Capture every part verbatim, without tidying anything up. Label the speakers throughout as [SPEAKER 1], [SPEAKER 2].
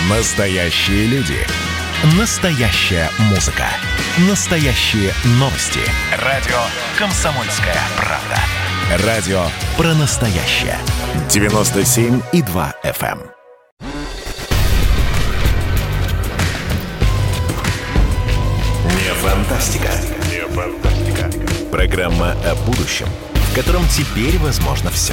[SPEAKER 1] Настоящие люди. Настоящая музыка. Настоящие новости. Радио «Комсомольская правда». Радио про настоящее. девяносто семь и два эф эм. Не фантастика. Не фантастика. Программа о будущем, в котором теперь возможно все.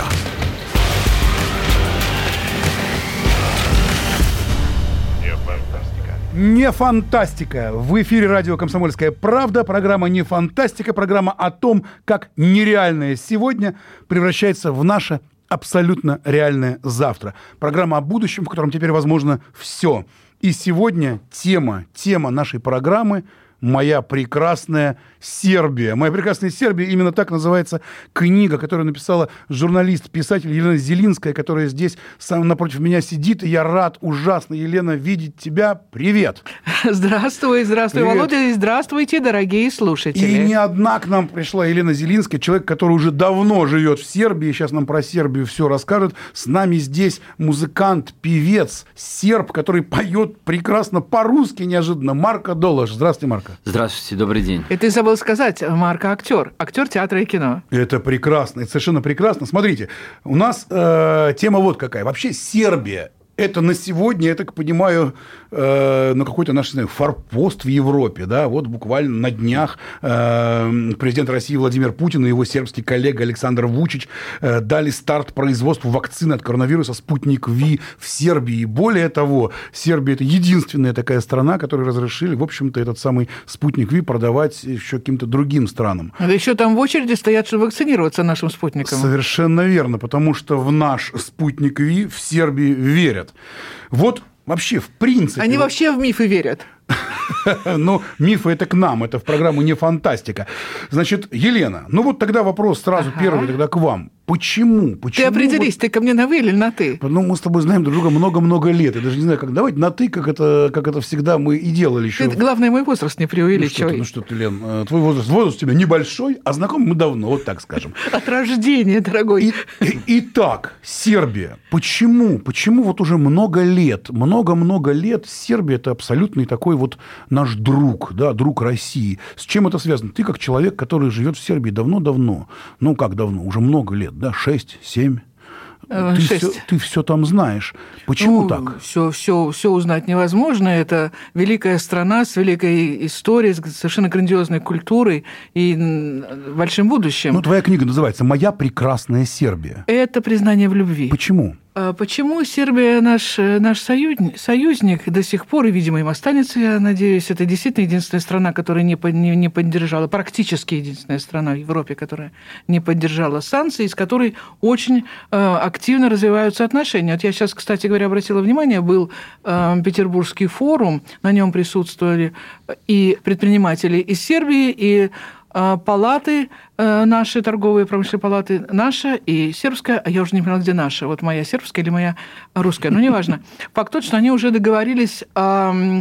[SPEAKER 2] Не фантастика. В эфире радио «Комсомольская правда». Программа «Не фантастика». Программа о том, как нереальное сегодня превращается в наше абсолютно реальное завтра. Программа о будущем, в котором теперь возможно все. И сегодня тема, тема нашей программы «Моя прекрасная Сербия». «Моя прекрасная Сербия» — именно так называется книга, которую написала журналист, писатель Елена Зелинская, которая здесь сам напротив меня сидит. И я рад ужасно, Елена, видеть тебя. Привет!
[SPEAKER 3] Здравствуй, здравствуй, Привет. Володя, и здравствуйте, дорогие слушатели.
[SPEAKER 2] И не одна к нам пришла Елена Зелинская, человек, который уже давно живет в Сербии, сейчас нам про Сербию все расскажет. С нами здесь музыкант, певец, серб, который поет прекрасно по-русски неожиданно, Марко Долаш. Здравствуйте, Марко.
[SPEAKER 4] Здравствуйте, добрый день.
[SPEAKER 3] И ты забыл сказать, Марко актер, актер театра и кино.
[SPEAKER 2] Это прекрасно, это совершенно прекрасно. Смотрите, у нас э, тема вот какая. Вообще Сербия. Это на сегодня, я так понимаю, э, на какой-то наш, не знаю, форпост в Европе, да, вот буквально на днях э, президент России Владимир Путин и его сербский коллега Александр Вучич э, дали старт производству вакцины от коронавируса «Спутник Ви» в Сербии. И более того, Сербия – это единственная такая страна, которой разрешили, в общем-то, этот самый «Спутник Ви» продавать еще каким-то другим странам.
[SPEAKER 3] А еще там в очереди стоят, чтобы вакцинироваться нашим спутником.
[SPEAKER 2] Совершенно верно, потому что в наш «Спутник Ви» в Сербии верят. Вот вообще, в принципе...
[SPEAKER 3] Они вообще в мифы верят.
[SPEAKER 2] Ну, мифы – это к нам, это в программу «Не фантастика». Значит, Елена, ну вот тогда вопрос сразу ага. первый тогда к вам. Почему? Почему?
[SPEAKER 3] Ты определись, вот... ты ко мне на «вы» или на «ты»?
[SPEAKER 2] Ну, мы с тобой знаем друг друга много-много лет. Я даже не знаю, как давать на «ты», как это, как это всегда мы и делали еще.
[SPEAKER 3] Ты, главное, мой возраст не преувеличивай.
[SPEAKER 2] Ну что ты, ну что ты, Лен, твой возраст, возраст у тебя небольшой, а знакомы мы давно, вот так скажем.
[SPEAKER 3] От рождения, дорогой.
[SPEAKER 2] И, и, итак, Сербия. Почему? Почему вот уже много лет, много-много лет Сербия – это абсолютный такой вот наш друг, да, друг России. С чем это связано? Ты как человек, который живет в Сербии давно-давно, ну как давно, уже много лет, да, шесть, семь. Ты все, ты все там знаешь. Почему
[SPEAKER 3] ну,
[SPEAKER 2] так?
[SPEAKER 3] Все, все, все узнать невозможно. Это великая страна с великой историей, с совершенно грандиозной культурой и большим будущим.
[SPEAKER 2] Ну, твоя книга называется «Моя прекрасная Сербия».
[SPEAKER 3] Это признание в любви.
[SPEAKER 2] Почему?
[SPEAKER 3] Почему Сербия наш, наш союзник, союзник до сих пор, и, видимо, им останется, я надеюсь, это действительно единственная страна, которая не, не, не поддержала, практически единственная страна в Европе, которая не поддержала санкции, с которой очень э, активно развиваются отношения. Вот я сейчас, кстати говоря, обратила внимание, был э, Петербургский форум, на нем присутствовали и предприниматели из Сербии, и палаты наши, торговые промышленные палаты, наша и сербская, а я уже не поняла, где наша, вот моя сербская или моя русская, но неважно. Факт тот, что они уже договорились о,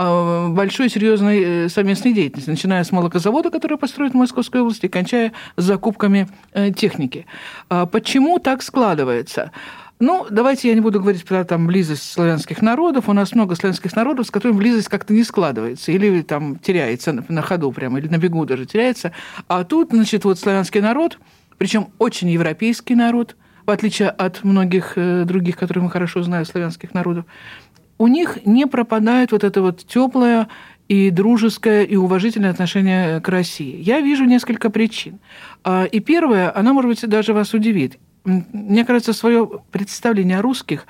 [SPEAKER 3] о большой серьезной совместной деятельности, начиная с молокозавода, который построят в Московской области, и кончая закупками техники. Почему так складывается? Ну, давайте я не буду говорить про там, близость славянских народов. У нас много славянских народов, с которыми близость как-то не складывается. Или там теряется на, на ходу прямо, или на бегу даже теряется. А тут, значит, вот славянский народ, причем очень европейский народ, в отличие от многих э, других, которые мы хорошо знаем, славянских народов, у них не пропадает вот это вот тёплое и дружеское, и уважительное отношение к России. Я вижу несколько причин. И первое, она, может быть, даже вас удивит. Мне кажется, свое представление о русских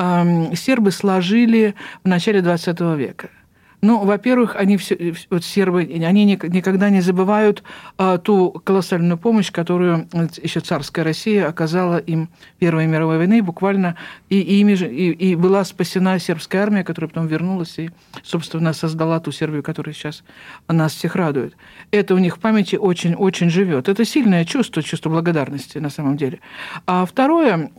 [SPEAKER 3] э, сербы сложили в начале двадцатого века. Ну, во-первых, они все, вот сербы, они никогда не забывают э, ту колоссальную помощь, которую еще царская Россия оказала им в Первой мировой войне, буквально, и, и, ими же, и, и была спасена сербская армия, которая потом вернулась и, собственно, создала ту Сербию, которая сейчас нас всех радует. Это у них в памяти очень-очень живет. Это сильное чувство, чувство благодарности на самом деле. А второе...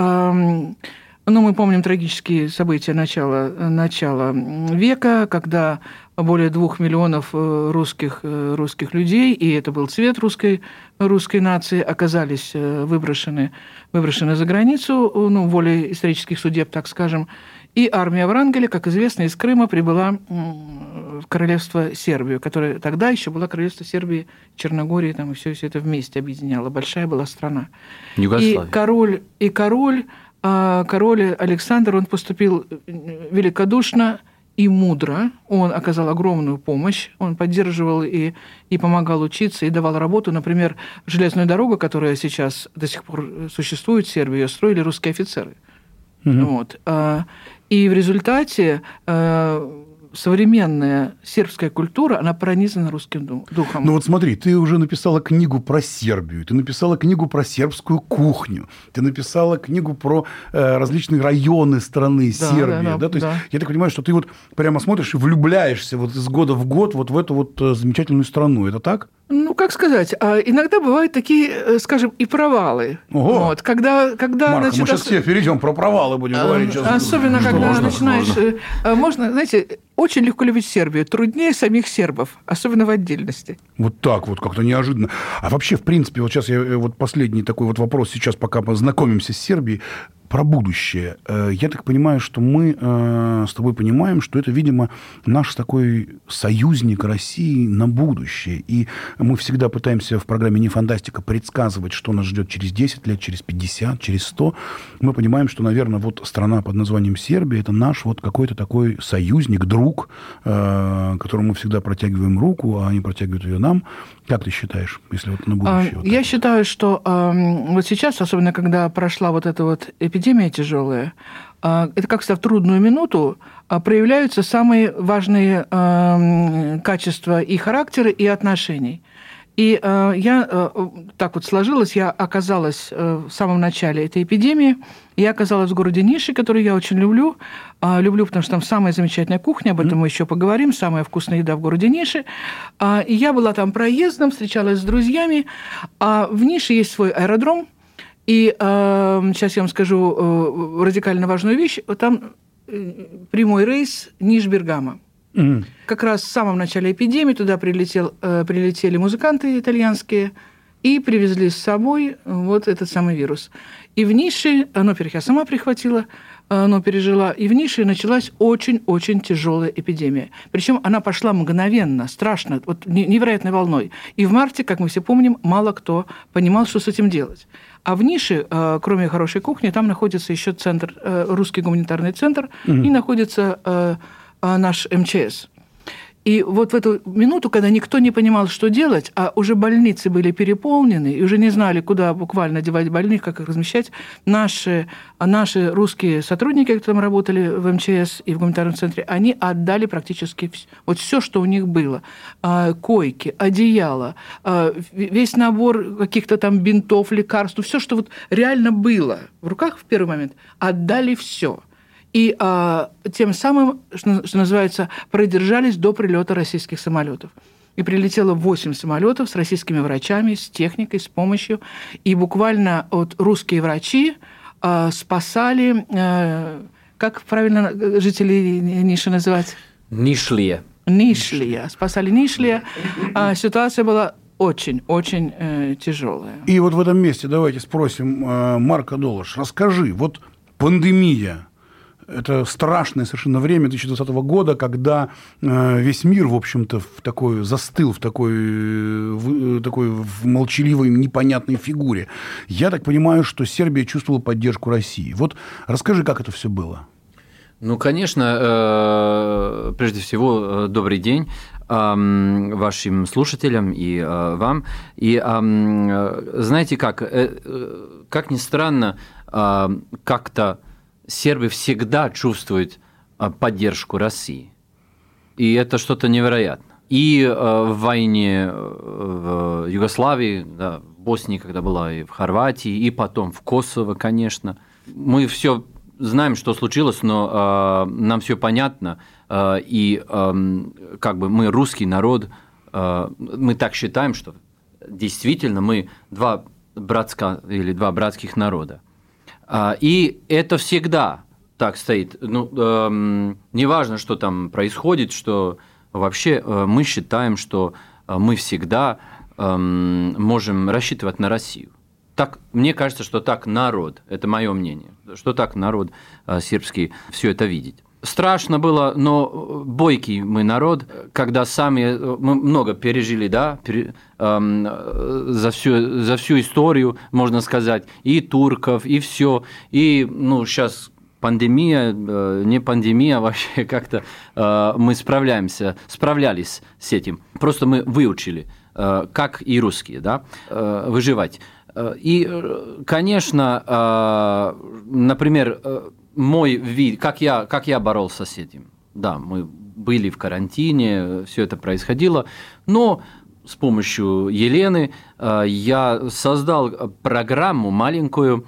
[SPEAKER 3] Э, Ну, мы помним трагические события начала, начала века, когда более двух миллионов русских, русских людей, и это был цвет русской, русской нации, оказались выброшены, выброшены за границу, ну, волей исторических судеб, так скажем. И армия Врангеля, как известно, из Крыма прибыла в королевство Сербию, которое тогда еще было королевство Сербии, Черногории, там, и все, все это вместе объединяло. Большая была страна.
[SPEAKER 4] Югославия.
[SPEAKER 3] И король, и король, король Александр, он поступил великодушно и мудро. Он оказал огромную помощь. Он поддерживал и, и помогал учиться, и давал работу. Например, железную дорогу, которая сейчас до сих пор существует в Сербии, ее строили русские офицеры. Mm-hmm. Вот. И в результате современная сербская культура, она пронизана русским духом.
[SPEAKER 2] Ну вот смотри, ты уже написала книгу про Сербию, ты написала книгу про сербскую кухню, ты написала книгу про э, различные районы страны да, Сербии. Да, да, да? То есть да. Я так понимаю, что ты вот прямо смотришь и влюбляешься вот из года в год вот в эту вот замечательную страну. Это так?
[SPEAKER 3] Ну, как сказать, иногда бывают такие, скажем, и провалы.
[SPEAKER 2] Ого.
[SPEAKER 3] Вот, когда, когда,
[SPEAKER 2] Марко,
[SPEAKER 3] значит,
[SPEAKER 2] мы сейчас
[SPEAKER 3] ос...
[SPEAKER 2] все перейдем про провалы будем а, говорить. Сейчас.
[SPEAKER 3] Особенно, что когда
[SPEAKER 4] можно,
[SPEAKER 3] начинаешь...
[SPEAKER 4] можно.
[SPEAKER 3] можно, знаете, очень легко любить Сербию. Труднее самих сербов, особенно в отдельности.
[SPEAKER 2] Вот так вот, как-то неожиданно. А вообще, в принципе, вот сейчас я вот последний такой вот вопрос сейчас, пока познакомимся с Сербией, про будущее. Я так понимаю, что мы с тобой понимаем, что это, видимо, наш такой союзник России на будущее. И мы всегда пытаемся в программе «Не фантастика» предсказывать, что нас ждет через десять лет, через пятьдесят, через сто. Мы понимаем, что, наверное, вот страна под названием Сербия – это наш вот какой-то такой союзник, друг, которому мы всегда протягиваем руку, а они протягивают ее нам. Как ты считаешь, если вот на будущее?
[SPEAKER 3] Я
[SPEAKER 2] вот
[SPEAKER 3] считаю, что вот сейчас, особенно когда прошла вот эта вот эпидемия, Эпидемия тяжелая. Это, как всегда, в трудную минуту проявляются самые важные качества и характера, и отношений. И я так вот сложилась, я оказалась в самом начале этой эпидемии, я оказалась в городе Ниши, который я очень люблю. Люблю, потому что там самая замечательная кухня, об этом мы еще поговорим, самая вкусная еда в городе Ниши. И я была там проездом, встречалась с друзьями. В Нише есть свой аэродром. И э, сейчас я вам скажу э, радикально важную вещь. Там э, прямой рейс Ниш-Бергамо. Mm-hmm. Как раз в самом начале эпидемии туда прилетел, э, прилетели музыканты итальянские и привезли с собой вот этот самый вирус. И в Нише, ну, во-первых, я сама прихватила, но пережила, и в Нише началась очень-очень тяжелая эпидемия. Причем она пошла мгновенно, страшно, вот невероятной волной. И в марте, как мы все помним, мало кто понимал, что с этим делать. А в Нише, кроме хорошей кухни, там находится еще центр, русский гуманитарный центр, mm-hmm. и находится наш эм че эс. И вот в эту минуту, когда никто не понимал, что делать, а уже больницы были переполнены, и уже не знали, куда буквально девать больных, как их размещать, наши, наши русские сотрудники, которые там работали в эм че эс и в гуманитарном центре, они отдали практически все, вот все, что у них было. Койки, одеяло, весь набор каких-то там бинтов, лекарств, все, что вот реально было в руках в первый момент, отдали все. И а, тем самым, что, что называется, продержались до прилета российских самолетов. И прилетело восемь самолетов с российскими врачами, с техникой, с помощью. И буквально вот русские врачи а, спасали, а, как правильно жители Ниши называть?
[SPEAKER 4] Нишлия.
[SPEAKER 3] Нишлия. Спасали Нишлия. А, ситуация была очень-очень э, тяжелая.
[SPEAKER 2] И вот в этом месте давайте спросим э, Марка Долош. Расскажи, вот пандемия. Это страшное совершенно время две тысячи двадцатого года, когда весь мир, в общем-то, в такой, застыл в такой, в такой в молчаливой, непонятной фигуре. Я так понимаю, что Сербия чувствовала поддержку России. Вот расскажи, как это все было.
[SPEAKER 4] Ну, конечно, прежде всего, добрый день вашим слушателям и вам. И знаете как, как ни странно, как-то сербы всегда чувствуют поддержку России. И это что-то невероятное. И в войне в Югославии, да, в Боснии, когда была, и в Хорватии, и потом в Косово, конечно. Мы все знаем, что случилось, но нам все понятно. И как бы мы русский народ, мы так считаем, что действительно мы два братска, или два братских народа. И это всегда так стоит. Ну, э, неважно, что там происходит, что вообще э, мы считаем, что мы всегда э, можем рассчитывать на Россию. так, мне кажется, что так народ, это мое мнение, что так народ сербский все это видит. Страшно было, но бойкий мы народ, когда сами мы много пережили, да, пере, эм, за всю за всю историю, можно сказать, и турков, и все, и ну сейчас пандемия, э, не пандемия, вообще как-то э, мы справляемся, справлялись с этим. Просто мы выучили, э, как и русские, да, э, выживать. И, конечно, э, например. Мой вид, как я, как я боролся с этим. Да, мы были в карантине, все это происходило, но с помощью Елены я создал программу маленькую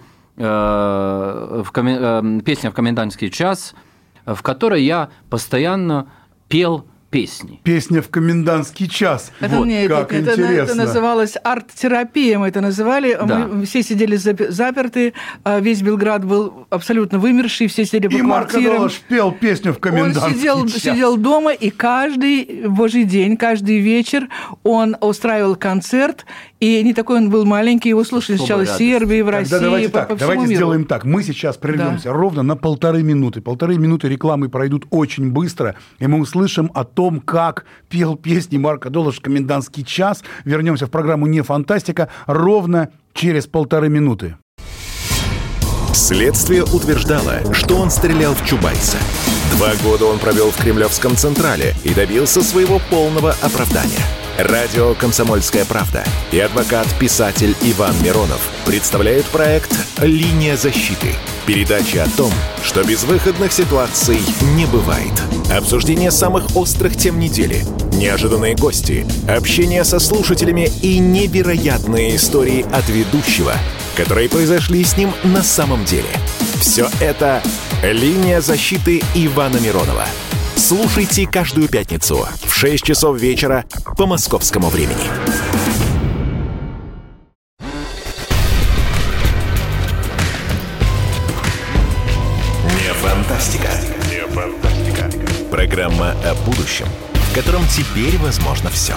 [SPEAKER 4] в комен... «Песня в комендантский час», в которой я постоянно пел песни.
[SPEAKER 2] Песня в комендантский час.
[SPEAKER 3] Это,
[SPEAKER 2] вот,
[SPEAKER 3] не,
[SPEAKER 2] как
[SPEAKER 3] это,
[SPEAKER 2] интересно.
[SPEAKER 3] Это называлось арт-терапия, мы это называли.
[SPEAKER 4] Да.
[SPEAKER 3] Мы все сидели заперты, весь Белград был абсолютно вымерший, все сидели по
[SPEAKER 2] и
[SPEAKER 3] квартирам.
[SPEAKER 2] И Марко Долаш пел песню в комендантский
[SPEAKER 3] он сидел,
[SPEAKER 2] час.
[SPEAKER 3] сидел дома, и каждый божий день, каждый вечер он устраивал концерт, и не такой он был маленький, его слушали сначала в Сербии, в России,
[SPEAKER 2] Тогда давайте
[SPEAKER 3] по,
[SPEAKER 2] так,
[SPEAKER 3] по всему
[SPEAKER 2] давайте
[SPEAKER 3] миру.
[SPEAKER 2] сделаем так. Мы сейчас прервемся да. ровно на полторы минуты. Полторы минуты рекламы пройдут очень быстро, и мы услышим о том, как пел песни Марко Долаш в комендантский час. Вернемся в программу «Не фантастика» ровно через полторы минуты.
[SPEAKER 1] Следствие утверждало, что он стрелял в Чубайса. Два года он провел в Кремлевском Централе и добился своего полного оправдания. Радио «Комсомольская правда» и адвокат-писатель Иван Миронов представляют проект «Линия защиты». Передача о том, что безвыходных ситуаций не бывает. Обсуждение самых острых тем недели, неожиданные гости, общение со слушателями и невероятные истории от ведущего, которые произошли с ним на самом деле. Все это «Линия защиты» Ивана Миронова. Слушайте каждую пятницу в шесть часов вечера по московскому времени. Не фантастика. Не фантастика. Программа о будущем, в котором теперь возможно все.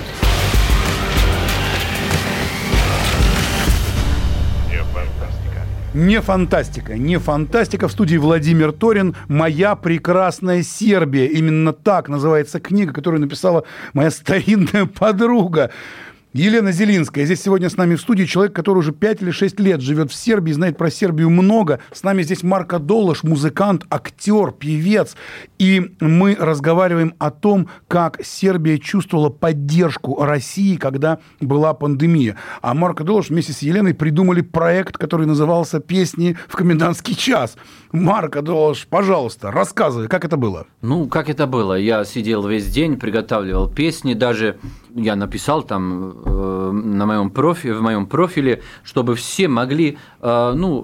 [SPEAKER 2] Не фантастика, не фантастика. В студии Владимир Торин. «Моя прекрасная Сербия». Именно так называется книга, которую написала моя старинная подруга Елена Зелинская. Здесь сегодня с нами в студии человек, который уже пять или шесть лет живет в Сербии, знает про Сербию много. С нами здесь Марко Долаш, музыкант, актер, певец. И мы разговариваем о том, как Сербия чувствовала поддержку России, когда была пандемия. А Марко Долаш вместе с Еленой придумали проект, который назывался «Песни в комендантский час». Марко Долаш, пожалуйста, рассказывай, как это было?
[SPEAKER 4] Ну, как это было? Я сидел весь день, приготавливал песни, даже я написал там э, на моем профиле, в моем профиле, чтобы все могли, э, ну,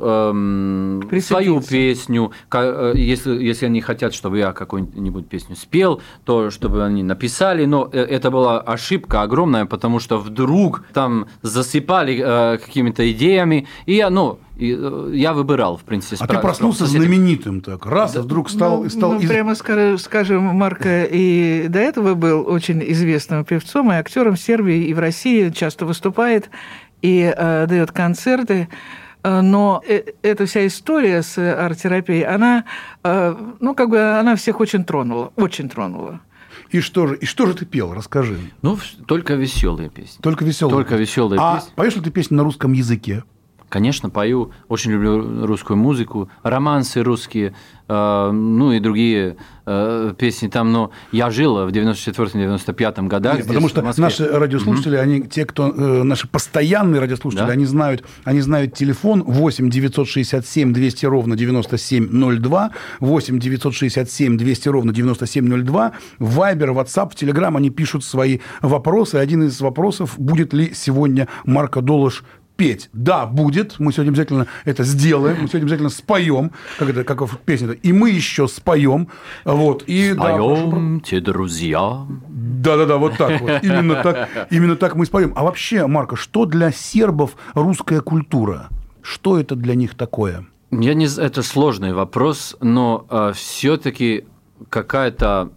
[SPEAKER 4] э, свою песню, э, если, если они хотят, чтобы я какую-нибудь песню спел, то чтобы они написали, но это была ошибка огромная, потому что вдруг там засыпали э, какими-то идеями, и я, ну, И я выбирал, в принципе.
[SPEAKER 2] А ты проснулся знаменитым так, раз, да, и вдруг стал...
[SPEAKER 3] Ну,
[SPEAKER 2] стал
[SPEAKER 3] ну,
[SPEAKER 2] из...
[SPEAKER 3] прямо скажем, Марко и до этого был очень известным певцом и актером в Сербии и в России, часто выступает и э, дает концерты. Но эта вся история с арт-терапией, она, э, ну, как бы, она всех очень тронула, очень тронула.
[SPEAKER 2] И что же, и что же ты пел? Расскажи.
[SPEAKER 4] Ну, только веселые песни.
[SPEAKER 2] Только веселые.
[SPEAKER 4] Только веселые
[SPEAKER 2] а
[SPEAKER 4] песни.
[SPEAKER 2] А поешь ли ты песни на русском языке?
[SPEAKER 4] Конечно, пою. Очень люблю русскую музыку, романсы русские, э, ну и другие э, песни там. Но я жил в девяносто четвёртом — девяносто пятом годах.
[SPEAKER 2] Нет, потому что наши радиослушатели, mm-hmm. они, те, кто э, наши постоянные радиослушатели, да? они знают, они знают телефон восемь девятьсот шестьдесят семь двести ровно девяносто семь ноль два, восемь девятьсот шестьдесят семь двести ровно девяносто семь ноль два, в Вайбер, WhatsApp, в Telegram они пишут свои вопросы. Один из вопросов: будет ли сегодня Марко Долаш петь? Да, будет. Мы сегодня обязательно это сделаем. Мы сегодня обязательно споем, как это, как в песне. И мы еще споем. Вот. И,
[SPEAKER 4] споемте, да, друзья.
[SPEAKER 2] Да-да-да, вот так вот. Именно так, именно так мы споем. А вообще, Марко, что для сербов русская культура? Что это для них такое?
[SPEAKER 4] Я не... Это сложный вопрос, но э, все-таки какая-то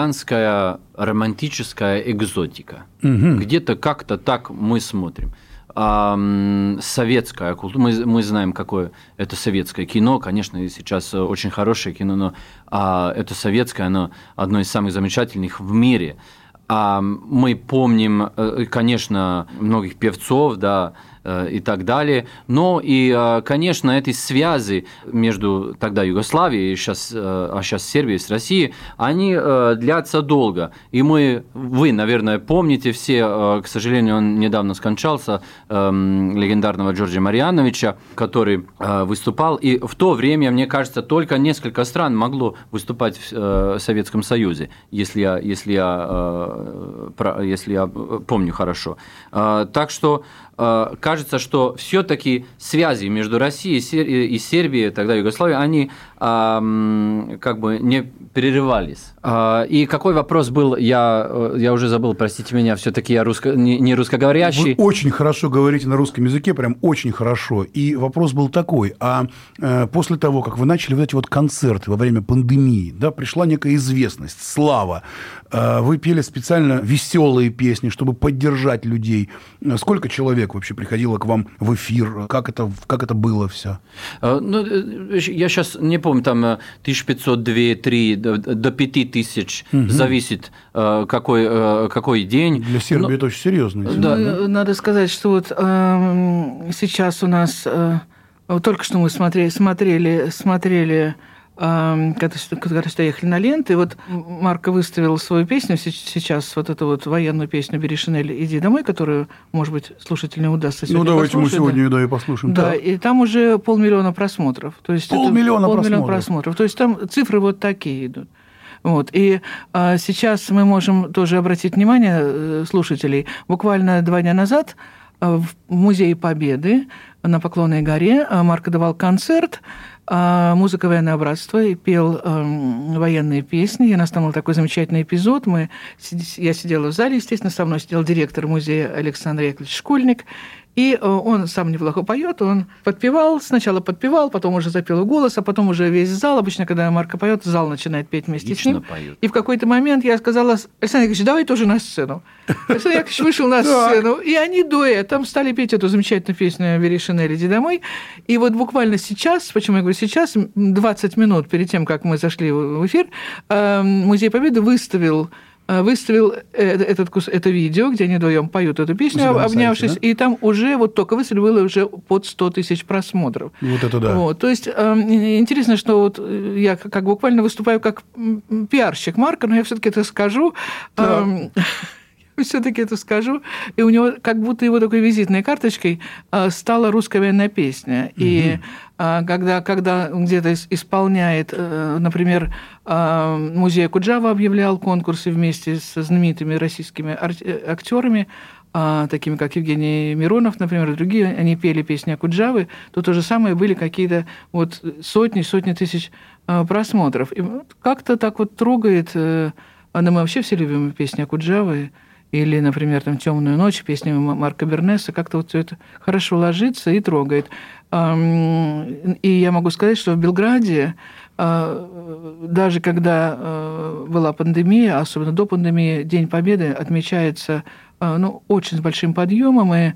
[SPEAKER 4] славянская романтическая экзотика. Угу. Где-то как-то так мы смотрим. э, советская культура. Мы, мы знаем, какое это советское кино. Конечно, сейчас очень хорошее кино, но э, это советское, оно одно из самых замечательных в мире. А мы помним, конечно, многих певцов, да, и так далее. Но и, конечно, эти связи между тогда Югославией, сейчас, а сейчас Сербией с Россией, они длятся долго. И мы, вы, наверное, помните все, к сожалению, он недавно скончался, легендарного Джорджа Марьяновича, который выступал. И в то время, мне кажется, только несколько стран могло выступать в Советском Союзе, если я, если я, если я помню хорошо. Так что кажется, что все-таки связи между Россией и Сербией, тогда Югославией, они а, как бы не прерывались. А, и какой вопрос был, я, я уже забыл, простите меня, все-таки я русско, не, не русскоговорящий.
[SPEAKER 2] Вы очень хорошо говорите на русском языке, прям очень хорошо. И вопрос был такой, а э, после того, как вы начали вот эти вот концерты во время пандемии, да, пришла некая известность, слава, э, вы пели специально веселые песни, чтобы поддержать людей. Сколько человек вообще приходило к вам в эфир? Как это, как это было все?
[SPEAKER 4] Ну, я сейчас не помню, там тысяча пятьсот, два, три, до пяти тысяч, угу. Зависит, какой, какой день.
[SPEAKER 2] Для Сербии Но... это очень серьезно.
[SPEAKER 3] Да. Надо сказать, что вот э, сейчас у нас, э, только что мы смотрели, смотрели, смотрели когда что ехали на ленты, вот Марко выставил свою песню сейчас, вот эту вот военную песню «Бери шинель, иди домой», которую, может быть, слушателям удастся сегодня
[SPEAKER 2] Ну, давайте
[SPEAKER 3] послушать.
[SPEAKER 2] мы сегодня да, и послушаем.
[SPEAKER 3] Да, да, и там уже полмиллиона просмотров. То есть
[SPEAKER 2] полмиллиона,
[SPEAKER 3] это полмиллиона
[SPEAKER 2] просмотров.
[SPEAKER 3] просмотров. То есть там цифры вот такие идут. Вот. И а, сейчас мы можем тоже обратить внимание слушателей. Буквально два дня назад в Музее Победы на Поклонной горе Марко давал концерт «Музыка военное братство» и пел э, военные песни. И у нас там был такой замечательный эпизод. Мы, я сидела в зале, естественно, со мной сидел директор музея Александр Яковлевич Школьник. И он сам неплохо поет, он подпевал, сначала подпевал, потом уже запел в голос, а потом уже весь зал. Обычно, когда Марко поет, зал начинает петь вместе Лично с ним. Поют. И в какой-то момент я сказала: Александр Яковлевич, давай тоже на сцену. Александр Яковлевич вышел на сцену, и они дуэтом стали петь эту замечательную песню «Бери шинель, иди домой». И вот буквально сейчас, почему я говорю сейчас, двадцать минут перед тем, как мы зашли в эфир, Музей Победы выставил выставил этот, это видео, где они вдвоем поют эту песню, обнявшись, сайте, да? И там уже, вот только выставили, было уже под сто тысяч просмотров.
[SPEAKER 2] Вот это да.
[SPEAKER 3] Вот, то есть интересно, что вот я как буквально выступаю как пиарщик Марка, но я все-таки это скажу. Да. Все-таки это скажу. И у него как будто его такой визитной карточкой стала русская военная песня. Угу. И когда, когда где-то исполняет, например, музей Окуджава объявлял конкурсы вместе со знаменитыми российскими актерами, такими как Евгений Миронов, например, и другие, они пели песни Окуджавы, то то же самое были какие-то вот сотни, сотни тысяч просмотров. И как-то так вот трогает, а мы вообще все любим песни Окуджавы, или, например, там «Темную ночь», песни Марка Бернеса, как-то вот все это хорошо ложится и трогает. И я могу сказать, что в Белграде, даже когда была пандемия, особенно до пандемии, День Победы отмечается ну, очень с большим подъемом, и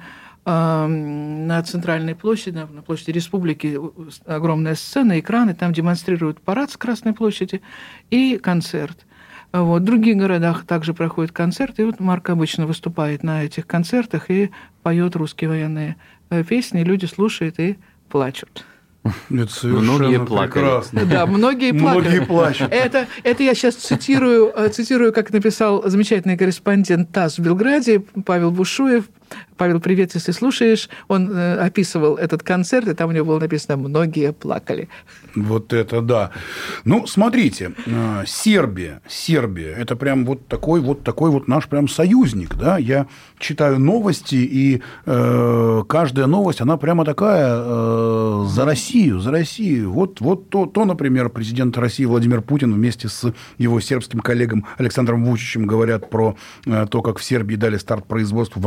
[SPEAKER 3] на центральной площади, на площади Республики огромная сцена, экраны, там демонстрируют парад с Красной площади и концерт. Вот. В других городах также проходят концерты, и вот Марко обычно выступает на этих концертах и поет русские военные песни, люди слушают и плачут.
[SPEAKER 2] Это совершенно прекрасно.
[SPEAKER 3] Да, многие плакали.
[SPEAKER 2] Многие плачут.
[SPEAKER 3] Это, это я сейчас цитирую, цитирую, как написал замечательный корреспондент ТАСС в Белграде Павел Бушуев. Павел, привет, если слушаешь. Он э, описывал этот концерт, и там у него было написано «Многие плакали».
[SPEAKER 2] Вот это да. Ну, смотрите, э, Сербия, Сербия, это прям вот такой вот такой вот наш прям союзник, да. Я читаю новости, и э, каждая новость, она прямо такая э, за Россию, за Россию. Вот, вот то, то, например, президент России Владимир Путин вместе с его сербским коллегом Александром Вучичем говорят про э, то, как в Сербии дали старт производству вакцин от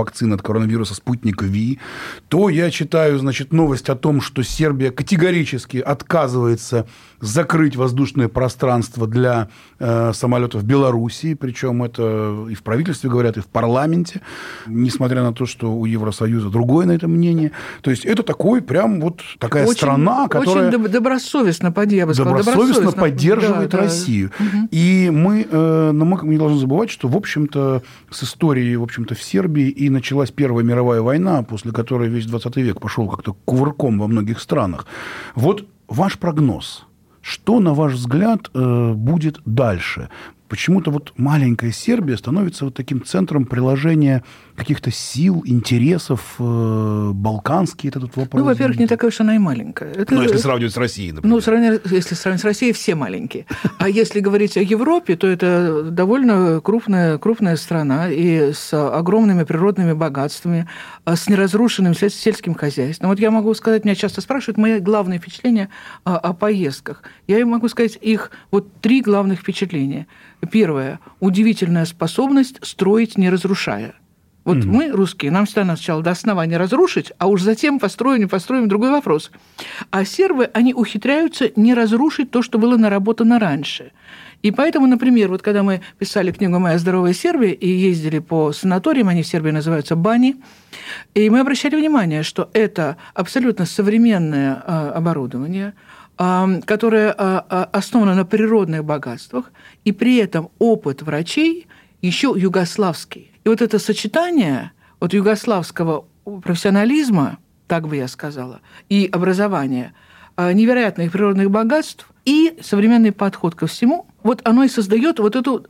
[SPEAKER 2] коронавируса «Спутник Ви», то я читаю, значит, новость о том, что Сербия категорически отказывается закрыть воздушное пространство для э, самолетов Белоруссии, причем это и в правительстве говорят, и в парламенте, несмотря на то, что у Евросоюза другое на это мнение. То есть это такой прям вот такая очень, страна, которая...
[SPEAKER 3] Очень добросовестно, я бы сказала,
[SPEAKER 2] добросовестно, добросовестно поддерживает да, Россию. Да. Угу. И мы, э, но мы не должны забывать, что, в общем-то, с историей, в общем-то, в Сербии и началась Первая мировая война, после которой весь двадцатый век пошел как-то кувырком во многих странах. Вот ваш прогноз. Что, на ваш взгляд, будет дальше? Почему-то вот маленькая Сербия становится вот таким центром приложения каких-то сил, интересов, э, балканский этот вопрос.
[SPEAKER 3] Ну, во-первых, не такая уж она и маленькая. Это,
[SPEAKER 2] ну, если сравнивать с Россией, например.
[SPEAKER 3] Ну, сравнивать, если сравнивать с Россией, все маленькие. А если говорить о Европе, то это довольно крупная, крупная страна и с огромными природными богатствами, с неразрушенным сельским хозяйством. Вот я могу сказать, меня часто спрашивают мои главные впечатления о, о поездках. Я могу сказать их вот три главных впечатления. Первое. Удивительная способность строить, не разрушая. Вот mm-hmm. мы, русские, нам всегда сначала до основания разрушить, а уж затем построим, не построим, другой вопрос. А сербы, они ухитряются не разрушить то, что было наработано раньше. И поэтому, например, вот когда мы писали книгу «Моя здоровая Сербия» и ездили по санаториям, они в Сербии называются бани, и мы обращали внимание, что это абсолютно современное оборудование, которое основано на природных богатствах, и при этом опыт врачей еще югославский. И вот это сочетание вот югославского профессионализма, так бы я сказала, и образования, невероятных природных богатств и современный подход ко всему, вот оно и создает вот эту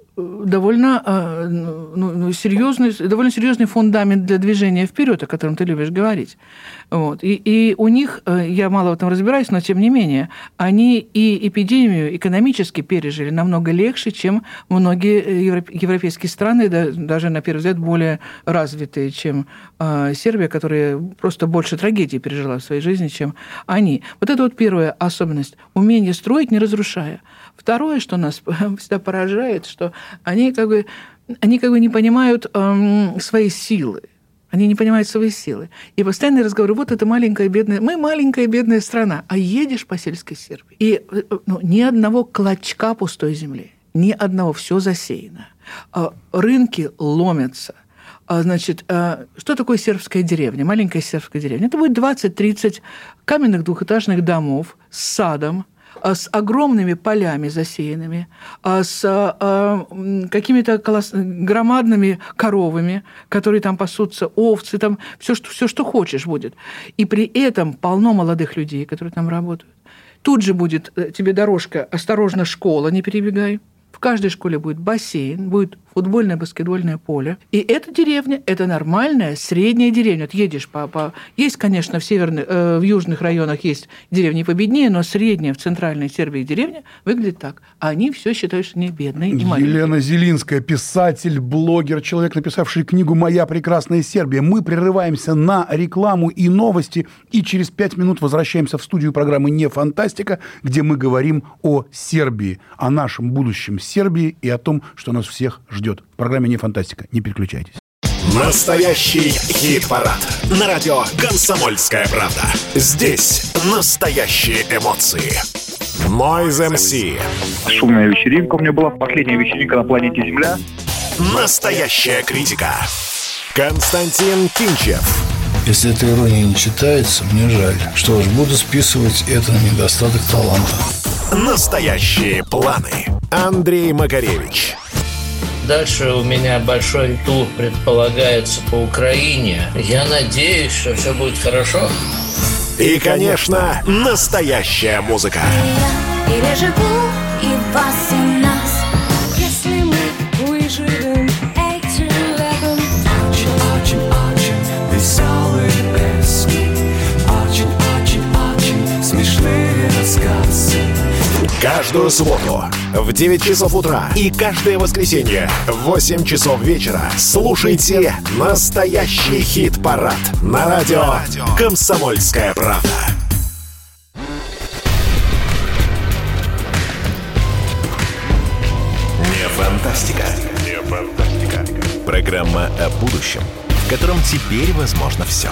[SPEAKER 3] довольно, ну, серьезный, довольно серьезный фундамент для движения вперед, о котором ты любишь говорить. Вот. И, и у них, я мало в этом разбираюсь, но тем не менее, они и эпидемию экономически пережили намного легче, чем многие европейские страны, даже, на первый взгляд, более развитые, чем Сербия, которая просто больше трагедий пережила в своей жизни, чем они. Вот это вот первая особенность – умение строить, не разрушая. Второе, что нас всегда поражает, что они как бы, они как бы не понимают эм, своей силы. Они не понимают свои силы. И постоянные разговоры, вот это маленькая бедная... Мы маленькая бедная страна, а едешь по сельской Сербии. И ну, ни одного клочка пустой земли, ни одного, все засеяно. Рынки ломятся. Значит, что такое сербская деревня, маленькая сербская деревня? Это будет двадцать-тридцать каменных двухэтажных домов с садом, с огромными полями засеянными, с какими-то колосс... громадными коровами, которые там пасутся, овцы, там все что, все, что хочешь будет. И при этом полно молодых людей, которые там работают. Тут же будет тебе дорожка «Осторожно, школа, не перебегай». В каждой школе будет бассейн, будет футбольное, баскетбольное поле. И эта деревня – это нормальная средняя деревня. Вот едешь по, по... Есть, конечно, в, северных, э, в южных районах есть деревни победнее, но средняя в центральной Сербии деревня выглядит так. А они все считают, что не бедные и маленькие.
[SPEAKER 2] Елена Зелинская, писатель, блогер, человек, написавший книгу «Моя прекрасная Сербия». Мы прерываемся на рекламу и новости, и через пять минут возвращаемся в студию программы «Не фантастика», где мы говорим о Сербии, о нашем будущем Сербии и о том, что нас всех ждет. В программе «Не фантастика». Не переключайтесь.
[SPEAKER 1] Настоящий хит-парад. На радио «Комсомольская правда». Здесь настоящие эмоции. Noise эм си.
[SPEAKER 5] Шумная вечеринка у меня была. Последняя вечеринка на планете Земля.
[SPEAKER 1] Настоящая критика. Константин Кинчев.
[SPEAKER 6] Если эта ирония не читается, мне жаль. Что ж, буду списывать это на недостаток таланта.
[SPEAKER 1] Настоящие планы. Андрей Макаревич.
[SPEAKER 7] Дальше у меня большой тур предполагается по Украине. Я надеюсь, что все будет хорошо.
[SPEAKER 1] И, конечно, настоящая музыка.
[SPEAKER 8] Я живу и вас, и нас. Если мы выживем эти летом.
[SPEAKER 9] Очень-очень веселые песни. Очень-очень-очень смешные рассказы.
[SPEAKER 1] Каждую субботу в девять часов утра и каждое воскресенье в восемь часов вечера слушайте настоящий хит-парад на радио «Комсомольская правда». Не фантастика. Не фантастика. Программа о будущем, в котором теперь возможно все.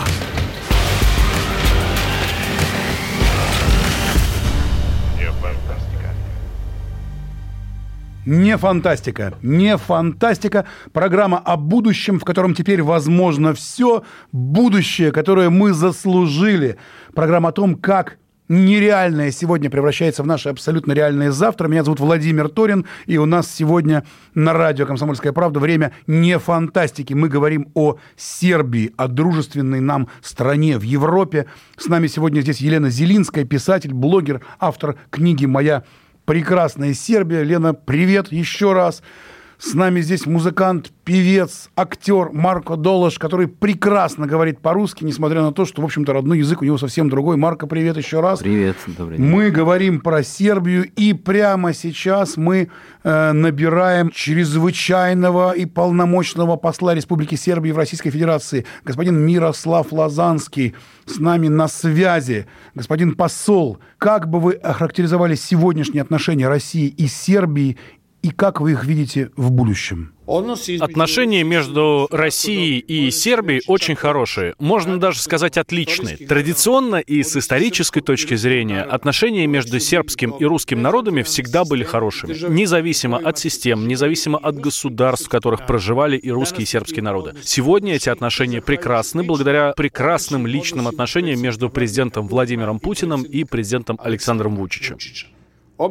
[SPEAKER 2] Не фантастика, не фантастика. Программа о будущем, в котором теперь возможно все. Будущее, которое мы заслужили. Программа о том, как нереальное сегодня превращается в наше абсолютно реальное завтра. Меня зовут Владимир Торин, и у нас сегодня на радио «Комсомольская правда» время не фантастики. Мы говорим о Сербии, о дружественной нам стране в Европе. С нами сегодня здесь Елена Зелинская, писатель, блогер, автор книги «Моя прекрасная Сербия». Лена, привет еще раз. С нами здесь музыкант, певец, актер Марко Долаш, который прекрасно говорит по-русски, несмотря на то, что, в общем-то, родной язык у него совсем другой. Марко, привет еще раз.
[SPEAKER 4] Привет, добрый день.
[SPEAKER 2] Мы говорим про Сербию, и прямо сейчас мы э, набираем чрезвычайного и полномочного посла Республики Сербии в Российской Федерации, господин Мирослав Лазанский, с нами на связи. Господин посол, как бы вы охарактеризовали сегодняшние отношения России и Сербии, и как вы их видите в будущем?
[SPEAKER 10] Отношения между Россией и Сербией очень хорошие, можно даже сказать отличные. Традиционно и с исторической точки зрения отношения между сербским и русским народами всегда были хорошими, независимо от систем, независимо от государств, в которых проживали и русские, и сербские народы. Сегодня эти отношения прекрасны благодаря прекрасным личным отношениям между президентом Владимиром Путиным и президентом Александром Вучичем. Ну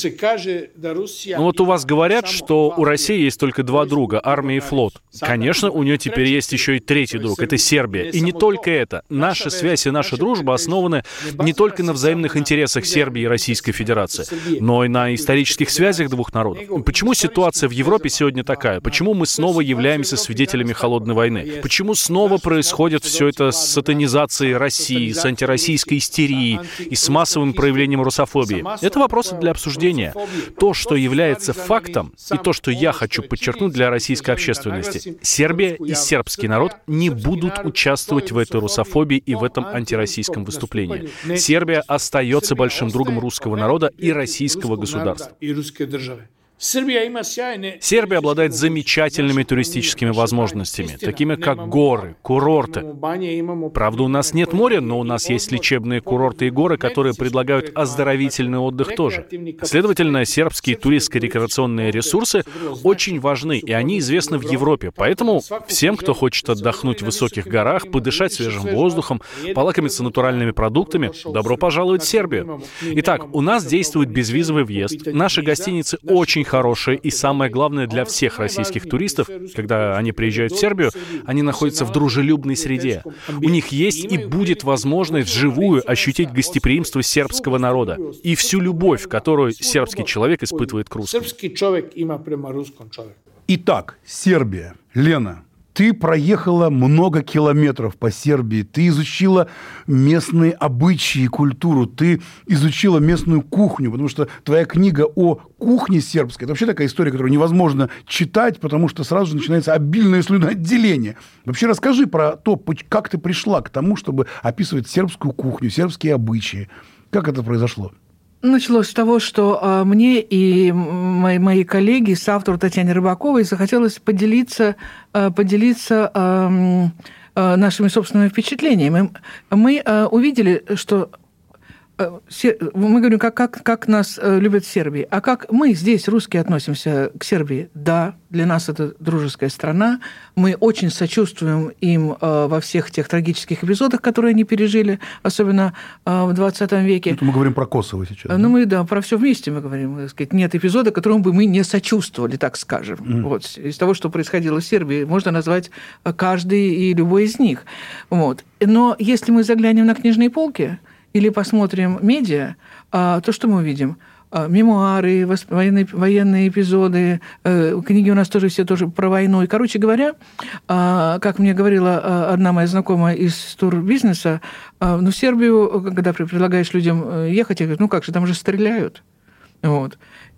[SPEAKER 10] вот у вас говорят, что у России есть только два друга — армия и флот. Конечно, у нее теперь есть еще и третий друг — это Сербия. И не только это. Наша связь и наша дружба основаны не только на взаимных интересах Сербии и Российской Федерации, но и на исторических связях двух народов. Почему ситуация в Европе сегодня такая? Почему мы снова являемся свидетелями холодной войны? Почему снова происходит все это с сатанизацией России, с антироссийской истерией и с массовым проявлением русофобии? Это вопросы для обсуждения. То, что является фактом, и то, что я хочу подчеркнуть для российской общественности: Сербия и сербский народ не будут участвовать в этой русофобии и в этом антироссийском выступлении. Сербия остается большим другом русского народа и российского государства. Сербия обладает замечательными туристическими возможностями, такими как горы, курорты. Правда, у нас нет моря, но у нас есть лечебные курорты и горы, которые предлагают оздоровительный отдых тоже. Следовательно, сербские туристско-рекреационные ресурсы очень важны, и они известны в Европе. Поэтому всем, кто хочет отдохнуть в высоких горах, подышать свежим воздухом, полакомиться натуральными продуктами, добро пожаловать в Сербию. Итак, у нас действует безвизовый въезд. Наши гостиницы очень хорошие, и самое главное для всех российских туристов, когда они приезжают в Сербию, они находятся в дружелюбной среде. У них есть и будет возможность вживую ощутить гостеприимство сербского народа и всю любовь, которую сербский человек испытывает к русскому.
[SPEAKER 2] Итак, Сербия. Лена, ты проехала много километров по Сербии, ты изучила местные обычаи и культуру, ты изучила местную кухню, потому что твоя книга о кухне сербской — это вообще такая история, которую невозможно читать, потому что сразу же начинается обильное слюноотделение. Вообще расскажи про то, как ты пришла к тому, чтобы описывать сербскую кухню, сербские обычаи. Как это произошло?
[SPEAKER 3] Началось с того, что э, мне и мои, мои коллеги, соавтору Татьяне Рыбаковой, захотелось поделиться, э, поделиться э, э, нашими собственными впечатлениями. Мы э, увидели, что э, се, мы говорим, как, как, как нас э, любят в Сербии. А как мы здесь, русские, относимся к Сербии? Да, для нас это дружеская страна. Мы очень сочувствуем им э, во всех тех трагических эпизодах, которые они пережили, особенно э, в двадцатом веке.
[SPEAKER 2] Это мы говорим про Косово сейчас.
[SPEAKER 3] Ну, да? мы, да, про все вместе мы говорим. Так сказать, нет эпизода, которому бы мы не сочувствовали, так скажем. Mm. Вот. Из того, что происходило в Сербии, можно назвать каждый и любой из них. Вот. Но если мы заглянем на книжные полки или посмотрим медиа, э, то что мы увидим? Мемуары, военные, военные эпизоды, книги у нас тоже все тоже про войну. И, короче говоря, как мне говорила одна моя знакомая из турбизнеса, ну, в Сербию, когда предлагаешь людям ехать, я говорю, ну как же, там же стреляют. Вот.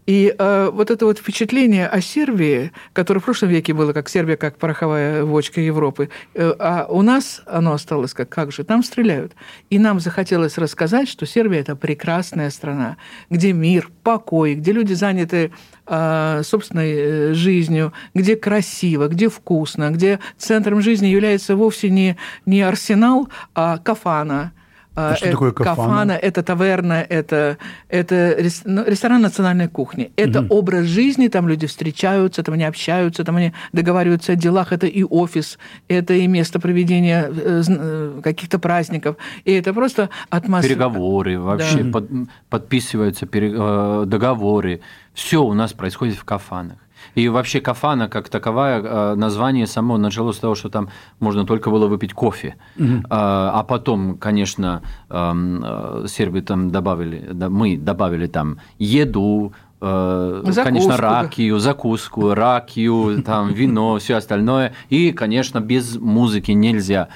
[SPEAKER 3] И э, вот это вот впечатление о Сербии, которое в прошлом веке было, как Сербия, как пороховая бочка Европы, э, а у нас оно осталось как, как же, там стреляют. И нам захотелось рассказать, что Сербия – это прекрасная страна, где мир, покой, где люди заняты э, собственной жизнью, где красиво, где вкусно, где центром жизни является вовсе не, не арсенал, а кафана.
[SPEAKER 2] А что такое кафана?
[SPEAKER 3] Кафана – это таверна, это, это ресторан национальной кухни. Это угу. образ жизни, там люди встречаются, там они общаются, там они договариваются о делах. Это и офис, это и место проведения каких-то праздников. И это просто атмосфера.
[SPEAKER 4] Переговоры, вообще
[SPEAKER 3] да.
[SPEAKER 4] под, подписываются договоры. Все у нас происходит в кафанах. И вообще кафана, как таковая, название само началось с того, что там можно только было выпить кофе. Угу. А потом, конечно, сербы там добавили, мы добавили там еду, закуску. Конечно, ракию, закуску, ракию, там, вино, все остальное. И, конечно, без музыки нельзя.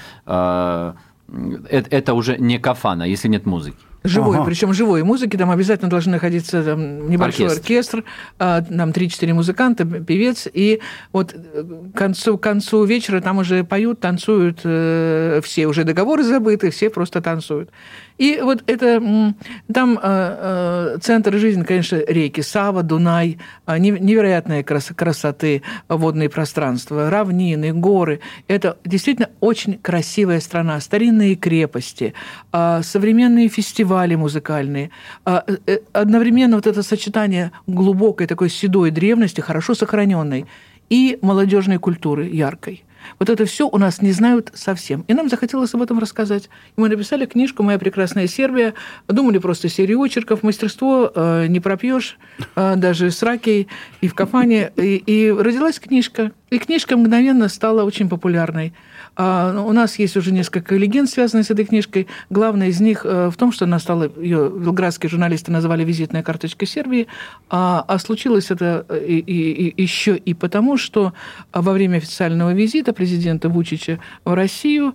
[SPEAKER 4] Это уже не кафана, если нет музыки.
[SPEAKER 3] Живой, ага. причем живой музыки, там обязательно должны находиться там, небольшой оркестр, оркестр там три-четыре музыканта, певец, и вот к концу, к концу вечера там уже поют, танцуют, э, все уже договоры забыты, все просто танцуют. И вот это, там э, центр жизни, конечно, реки, Сава, Дунай, невероятные крас- красоты, водные пространства, равнины, горы. Это действительно очень красивая страна, старинные крепости, современные фестивали музыкальные. Одновременно вот это сочетание глубокой такой седой древности, хорошо сохраненной, и молодежной культуры яркой. Вот это все у нас не знают совсем. И нам захотелось об этом рассказать. И мы написали книжку «Моя прекрасная Сербия». Думали просто серию очерков. Мастерство э, не пропьешь, э, даже с ракией и в кафане. И, и родилась книжка. И книжка мгновенно стала очень популярной. А у нас есть уже несколько легенд, связанных с этой книжкой. Главная из них в том, что она стала, ее белградские журналисты назвали «визитная карточка Сербии», а, а случилось это и, и, и еще и потому, что во время официального визита президента Вучича в Россию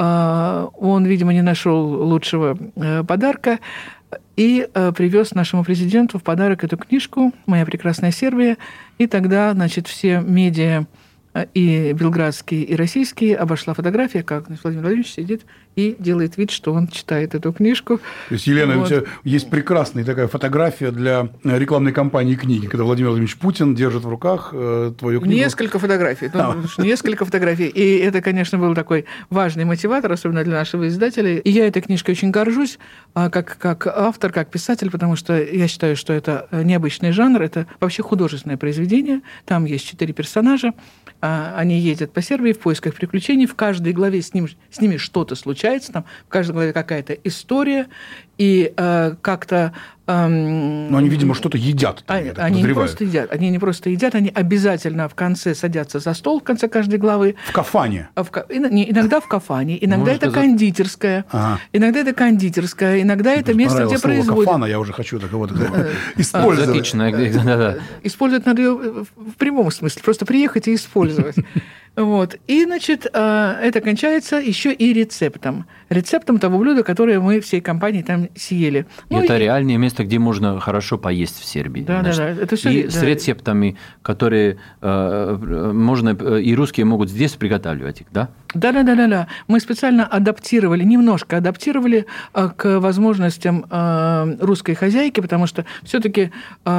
[SPEAKER 3] он, видимо, не нашел лучшего подарка и привез нашему президенту в подарок эту книжку «Моя прекрасная Сербия». И тогда, значит, все медиа, и белградские, и российские, обошла фотография, как Владимир Владимирович сидит и делает вид, что он читает эту книжку.
[SPEAKER 2] То есть, Елена, вот. У тебя есть прекрасная такая фотография для рекламной кампании книги, когда Владимир Владимирович Путин держит в руках твою книгу.
[SPEAKER 3] Несколько фотографий. Ну, несколько фотографий. И это, конечно, был такой важный мотиватор, особенно для нашего издателя. И я этой книжкой очень горжусь, как, как автор, как писатель, потому что я считаю, что это необычный жанр, это вообще художественное произведение. Там есть четыре персонажа. Они ездят по Сербии в поисках приключений. В каждой главе с, ним, с ними что-то случается. Там в каждой главе какая-то история. И э, как-то... Эм,
[SPEAKER 2] Но они, видимо, что-то едят. Там,
[SPEAKER 3] они они не просто едят. Они не просто едят, они обязательно в конце садятся за стол в конце каждой главы.
[SPEAKER 2] В кафане?
[SPEAKER 3] В, иногда в кафане. Иногда Может, это сказать... кондитерская. Ага. Иногда это кондитерская. Иногда это место, где производят...
[SPEAKER 2] кафана, я уже хочу такого использовать.
[SPEAKER 3] Использовать надо ее в прямом смысле. Просто приехать и использовать. Вот. И, значит, это кончается еще и рецептом. Рецептом того блюда, которое мы всей компанией там съели.
[SPEAKER 4] Ну, это и... реальное место, где можно хорошо поесть в Сербии.
[SPEAKER 3] Да, да, да. Это все,
[SPEAKER 4] и
[SPEAKER 3] да.
[SPEAKER 4] с рецептами, которые э, можно и русские могут здесь приготавливать их, да?
[SPEAKER 3] Да, да, да, да, да. Мы специально адаптировали, немножко адаптировали к возможностям русской хозяйки, потому что все-таки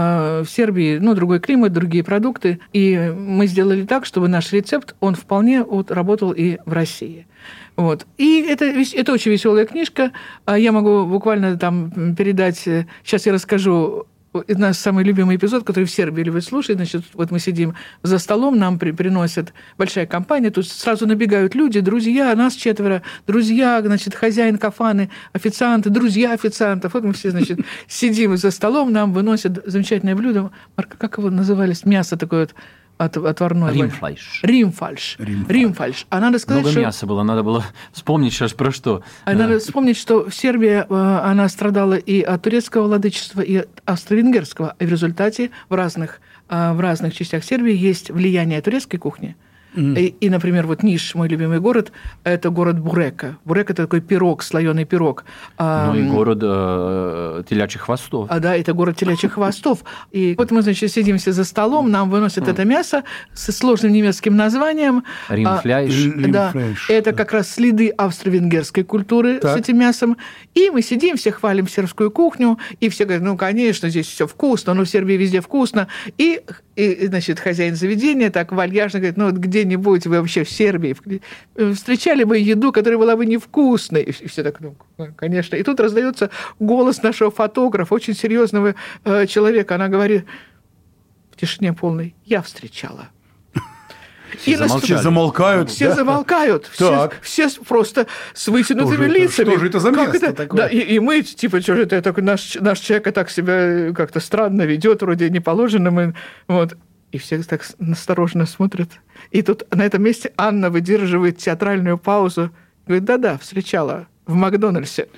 [SPEAKER 3] в Сербии, ну, другой климат, другие продукты, и мы сделали так, чтобы наш рецепт, он вполне вот работал и в России. Вот. И это, это очень веселая книжка. Я могу буквально там передать... Сейчас я расскажу наш самый любимый эпизод, который в Сербии любят слушать. Значит, вот мы сидим за столом, нам при, приносят большая компания, тут сразу набегают люди, друзья, нас четверо, друзья, значит, хозяин кафаны, официанты, друзья официантов. Вот мы все, значит, сидим за столом, нам выносят замечательное блюдо. Марка, как его назывались? Мясо такое вот. От, отварной.
[SPEAKER 4] Римфальш.
[SPEAKER 3] Римфальш. Римфальш. Римфальш. А надо сказать,
[SPEAKER 4] Много
[SPEAKER 3] что...
[SPEAKER 4] мяса было, надо было вспомнить сейчас про что.
[SPEAKER 3] А да. Надо вспомнить, что Сербия, она страдала и от турецкого владычества, и от австро-венгерского. И в результате в разных, в разных частях Сербии есть влияние турецкой кухни. Mm. И, и, например, вот Ниш, мой любимый город, это город Бурека. Бурека – это такой пирог, слоеный пирог.
[SPEAKER 4] Ну и город э, телячьих хвостов.
[SPEAKER 3] А, да, это город телячьих хвостов. И вот мы, значит, сидимся за столом, нам выносят mm. это мясо со сложным немецким названием.
[SPEAKER 4] Римфляйш.
[SPEAKER 3] А, да, это как раз следы австро-венгерской культуры так. с этим мясом. И мы сидим, все хвалим сербскую кухню, и все говорят, ну, конечно, здесь все вкусно, ну, в Сербии везде вкусно. И, и значит, хозяин заведения так вальяжно говорит, ну, вот где-нибудь вы вообще в Сербии встречали бы еду, которая была бы невкусной. И все так, ну, конечно. И тут раздается голос нашего фотографа, очень серьезного э, человека. Она говорит в тишине полной, я встречала.
[SPEAKER 2] Все, и все замолкают.
[SPEAKER 3] Все
[SPEAKER 2] да?
[SPEAKER 3] замолкают. Все, все просто с вытянутыми
[SPEAKER 2] что
[SPEAKER 3] лицами.
[SPEAKER 2] Что же это за место
[SPEAKER 3] это?
[SPEAKER 2] такое?
[SPEAKER 3] Да, и, и мы, типа, что же это такой, наш, наш человек так себя как-то странно ведет, вроде не положено. Мы, вот. И все так настороженно смотрят. И тут на этом месте Анна выдерживает театральную паузу. Говорит, да-да, встречала в Макдональдсе.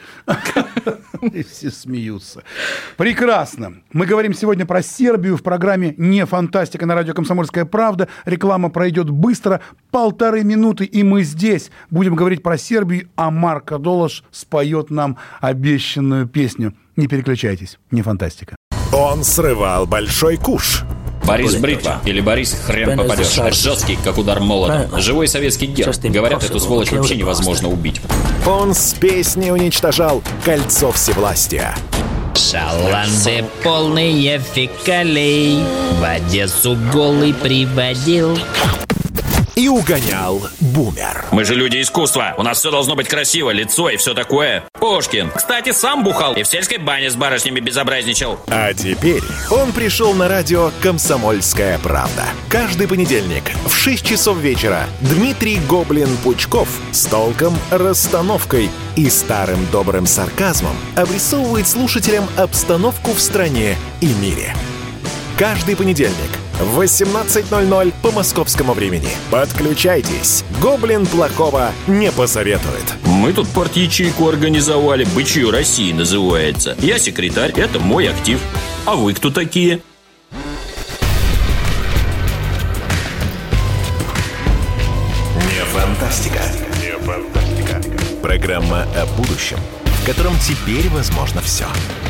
[SPEAKER 2] И все смеются. Прекрасно. Мы говорим сегодня про Сербию в программе «Не фантастика» на радио «Комсомольская правда». Реклама пройдет быстро, полторы минуты, и мы здесь будем говорить про Сербию, а Марко Долаш споет нам обещанную песню. Не переключайтесь, «Не фантастика».
[SPEAKER 1] Он срывал большой куш.
[SPEAKER 11] Борис Бритва или Борис Хрен попадешь. Жесткий, как удар молотом. Живой советский герб. Говорят, эту сволочь вообще невозможно убить.
[SPEAKER 1] Он с песней уничтожал кольцо всевластия.
[SPEAKER 12] Шаланды полные фекалей в Одессу голый приводил.
[SPEAKER 1] И угонял бумер.
[SPEAKER 11] Мы же люди искусства. У нас все должно быть красиво, лицо и все такое. Пушкин, кстати, сам бухал и в сельской бане с барышнями безобразничал.
[SPEAKER 1] А теперь он пришел на радио «Комсомольская правда». Каждый понедельник в шесть часов вечера Дмитрий Гоблин-Пучков с толком, расстановкой и старым добрым сарказмом обрисовывает слушателям обстановку в стране и мире. Каждый понедельник в восемнадцать ноль ноль по московскому времени. Подключайтесь. Гоблин плохого не посоветует.
[SPEAKER 11] Мы тут парт-ячейку организовали. «Бычье России» называется. Я секретарь, это мой актив. А вы кто такие?
[SPEAKER 1] Не фантастика. Не фантастика. Программа о будущем, в котором теперь возможно все.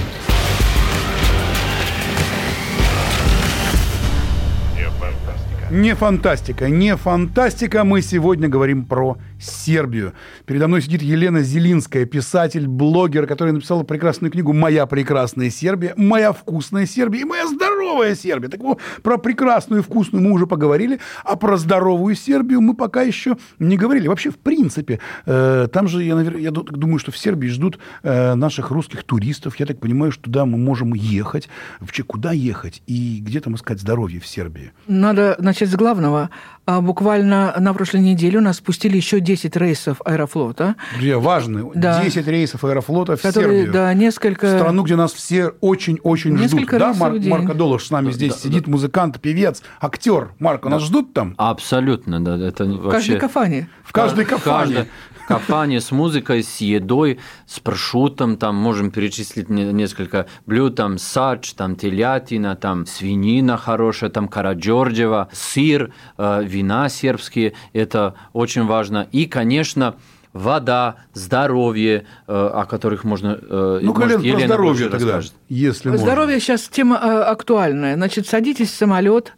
[SPEAKER 2] Не фантастика, не фантастика. Мы сегодня говорим про Сербию. Передо мной сидит Елена Зелинская, писатель, блогер, которая написала прекрасную книгу «Моя прекрасная Сербия», «Моя вкусная Сербия» и «Моя здоровая Сербия». Так вот, про прекрасную и вкусную мы уже поговорили, а про здоровую Сербию мы пока еще не говорили. Вообще, в принципе, э, там же, я, наверное, я думаю, что в Сербии ждут э, наших русских туристов. Я так понимаю, что туда мы можем ехать. Вообще, куда ехать и где там искать здоровье в Сербии?
[SPEAKER 3] Надо начать с главного. Буквально на прошлой неделе у нас спустили еще десять рейсов Аэрофлота.
[SPEAKER 2] Где важно.
[SPEAKER 3] Да.
[SPEAKER 2] десять рейсов Аэрофлота в
[SPEAKER 3] Которые,
[SPEAKER 2] Сербию.
[SPEAKER 3] Да, несколько...
[SPEAKER 2] Страну, где нас все очень-очень ждут. Да, Марк, Марко Долаш с нами да, здесь да, сидит, да. Музыкант, певец, актер. Марко, да. Нас ждут там?
[SPEAKER 4] Абсолютно, да. Это
[SPEAKER 3] в вообще... каждой кафане.
[SPEAKER 2] В каждой кафане.
[SPEAKER 4] Кафане с музыкой, с едой, с прошутом, там можем перечислить несколько блюд, там сач, там телятина, там свинина хорошая, там караджорджева, сыр, э, вина сербские, это очень важно. И, конечно, вода, здоровье, э, о которых можно... Э,
[SPEAKER 2] ну, может, Елена, про здоровье тогда, расскажет. Если можно.
[SPEAKER 3] Здоровье сейчас тема э, актуальная. Значит, садитесь в самолет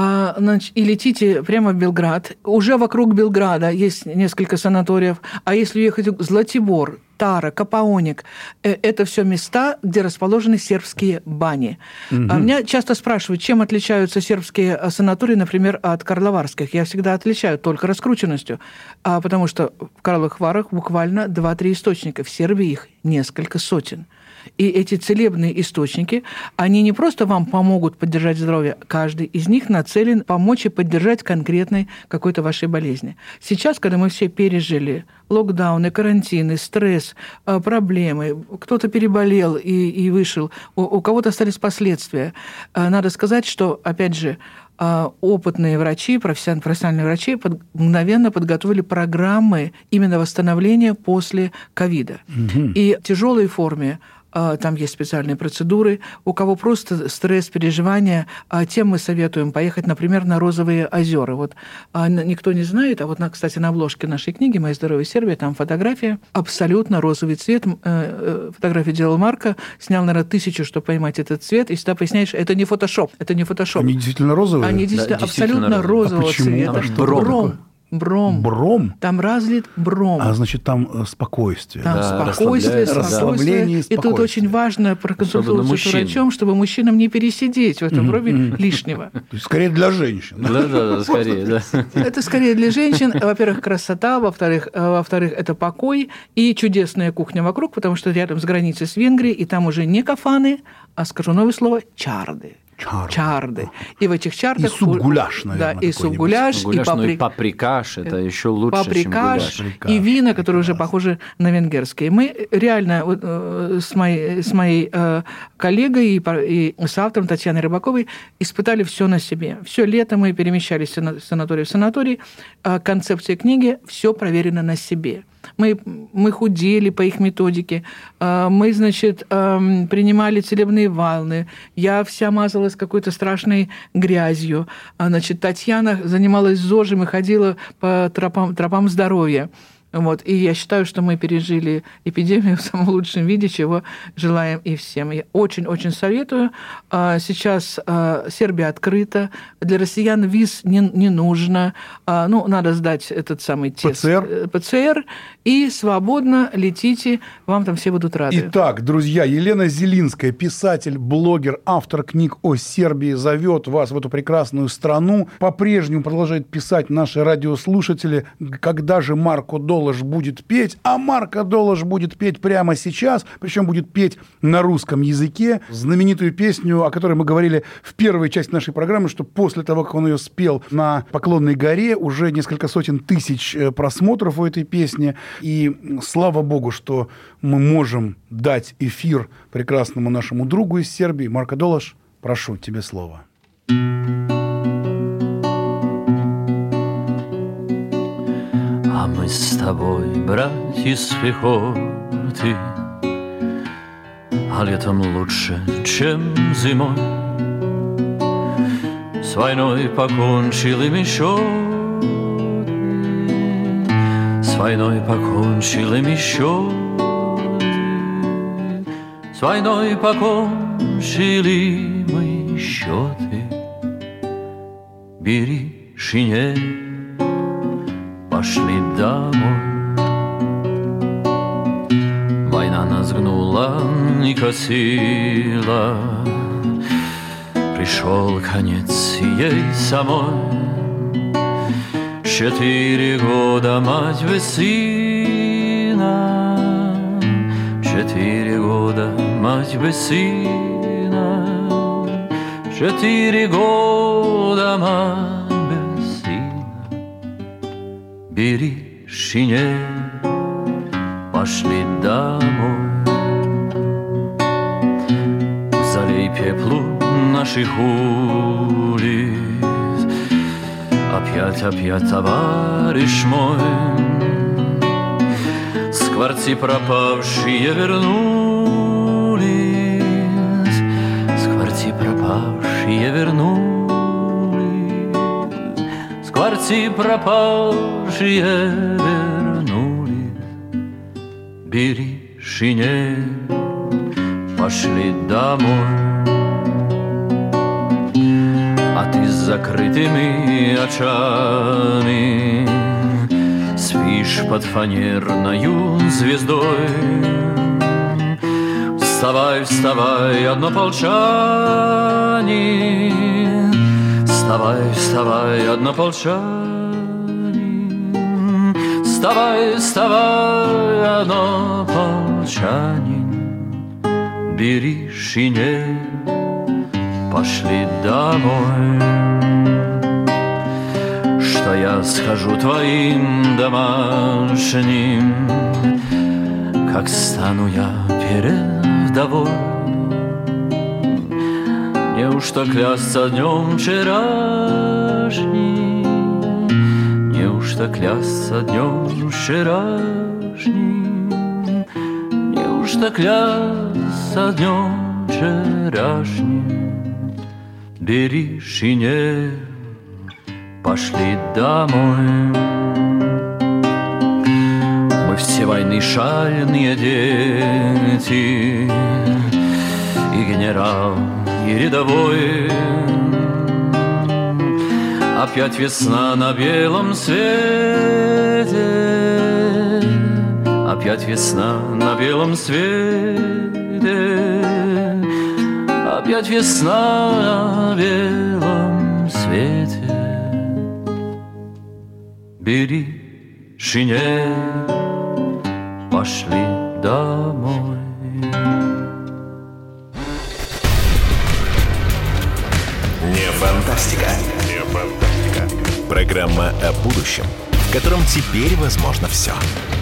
[SPEAKER 3] и летите прямо в Белград. Уже вокруг Белграда есть несколько санаториев. А если ехать в Златибор, Тара, Капаоник, это все места, где расположены сербские бани. Угу. Меня часто спрашивают, чем отличаются сербские санатории, например, от карловарских. Я всегда отличаю только раскрученностью, потому что в Карловых Варах буквально два-три источника. В Сербии их несколько сотен. И эти целебные источники, они не просто вам помогут поддержать здоровье, каждый из них нацелен помочь и поддержать конкретной какой-то вашей болезни. Сейчас, когда мы все пережили локдауны, карантины, стресс, проблемы, кто-то переболел и, и вышел, у, у кого-то остались последствия, надо сказать, что, опять же, опытные врачи, профессиональные врачи под, мгновенно подготовили программы именно восстановления после ковида. Угу. И в тяжелой форме там есть специальные процедуры. У кого просто стресс, переживания, тем мы советуем поехать, например, на Розовые озера. Вот никто не знает, а вот, кстати, на обложке нашей книги «Моя здоровая Сербия» там фотография, абсолютно розовый цвет. Фотографию делал Марко, снял, наверное, тысячу, чтобы поймать этот цвет, и всегда поясняешь, это не фотошоп, это не фотошоп.
[SPEAKER 2] Они действительно розовые?
[SPEAKER 3] Они действительно, да,
[SPEAKER 4] действительно
[SPEAKER 3] абсолютно розового
[SPEAKER 2] а
[SPEAKER 3] цвета.
[SPEAKER 2] Бром.
[SPEAKER 3] Бром. Бром.
[SPEAKER 2] Бром?
[SPEAKER 3] Там разлит бром.
[SPEAKER 2] А значит, там спокойствие.
[SPEAKER 3] Там
[SPEAKER 2] да,
[SPEAKER 3] спокойствие,
[SPEAKER 2] расслабление и спокойствие.
[SPEAKER 3] И тут очень важно проконсультироваться с врачом, чтобы мужчинам не пересидеть в этом броме mm-hmm. лишнего.
[SPEAKER 2] То есть, скорее для женщин.
[SPEAKER 4] Да-да, скорее, да.
[SPEAKER 3] Это скорее для женщин. Во-первых, красота, во-вторых, во-вторых, это покой и чудесная кухня вокруг, потому что рядом с границей с Венгрией, и там уже не кафаны, а, скажу новое слово, чарды.
[SPEAKER 2] Чарды.
[SPEAKER 3] Чарды. И в этих чардах...
[SPEAKER 2] И суп-гуляш, наверное.
[SPEAKER 3] Да, и суп-гуляш, и,
[SPEAKER 4] гуляш,
[SPEAKER 3] папри...
[SPEAKER 4] ну, и паприкаш, это еще лучше,
[SPEAKER 3] паприкаш,
[SPEAKER 4] чем гуляш.
[SPEAKER 3] И вина, которые уже похожи на венгерские. Мы реально вот, э, с моей, с моей э, коллегой и, и с автором Татьяной Рыбаковой испытали все на себе. Все лето мы перемещались с санатория в санаторий. Э, концепция книги «Все проверено на себе». Мы, мы худели по их методике, мы, значит, принимали целебные волны, я вся мазалась какой-то страшной грязью, значит, Татьяна занималась зожем и ходила по тропам, тропам здоровья. Вот. И я считаю, что мы пережили эпидемию в самом лучшем виде, чего желаем и всем. Я очень-очень советую. Сейчас Сербия открыта. Для россиян виз не, не нужно. Ну, надо сдать этот самый тест.
[SPEAKER 2] ПЦР.
[SPEAKER 3] ПЦР. И свободно летите. Вам там все будут рады.
[SPEAKER 2] Итак, друзья, Елена Зелинская, писатель, блогер, автор книг о Сербии, зовет вас в эту прекрасную страну. По-прежнему продолжает писать наши радиослушатели, когда же Марко Долаш будет петь, а Марко Долаш будет петь прямо сейчас, причем будет петь на русском языке знаменитую песню, о которой мы говорили в первой части нашей программы, что после того, как он ее спел на Поклонной горе, уже несколько сотен тысяч просмотров у этой песни, и слава богу, что мы можем дать эфир прекрасному нашему другу из Сербии. Марко Долаш, прошу, тебе слово.
[SPEAKER 13] A my s taboj, braći svihoti, a ljetom luče, čem zimoj. Svajnoj pa končili mi šoti, svajnoj pa končili mi šoti, svajnoj pa končili mi šoti. Biri šinje, пошли домой. Война нас гнула и косила, пришел конец ей самой. Четыре года мать без сына, четыре года мать без сына, четыре года мать. Бери шинель, пошли домой. Залей пеплу наших улиц, опять, опять, товарищ мой. Скворцы пропавшие вернулись, скворцы пропавшие вернулись. Скворцы пропавшие вернулись. Бери шинель, пошли домой. А ты с закрытыми очами спишь под фанерною звездой. Вставай, вставай, однополчанин, вставай, вставай, однополчанин, вставай, вставай, однополчанин. Бери шинель, пошли домой. Что я схожу твоим домашним, как стану я перед вдовой. Неужто клясться днем вчерашним, неужто клясться днем вчерашним, неужто клясться за днем вчерашним. Бери шинель, пошли домой. Мы все войны шальные дети, и генерал, и рядовой. Опять весна на белом свете, опять весна на белом свете, опять весна на белом свете. Бери шинель, пошли домой.
[SPEAKER 1] Не фантастика. Не фантастика. Программа о будущем, в котором теперь возможно все.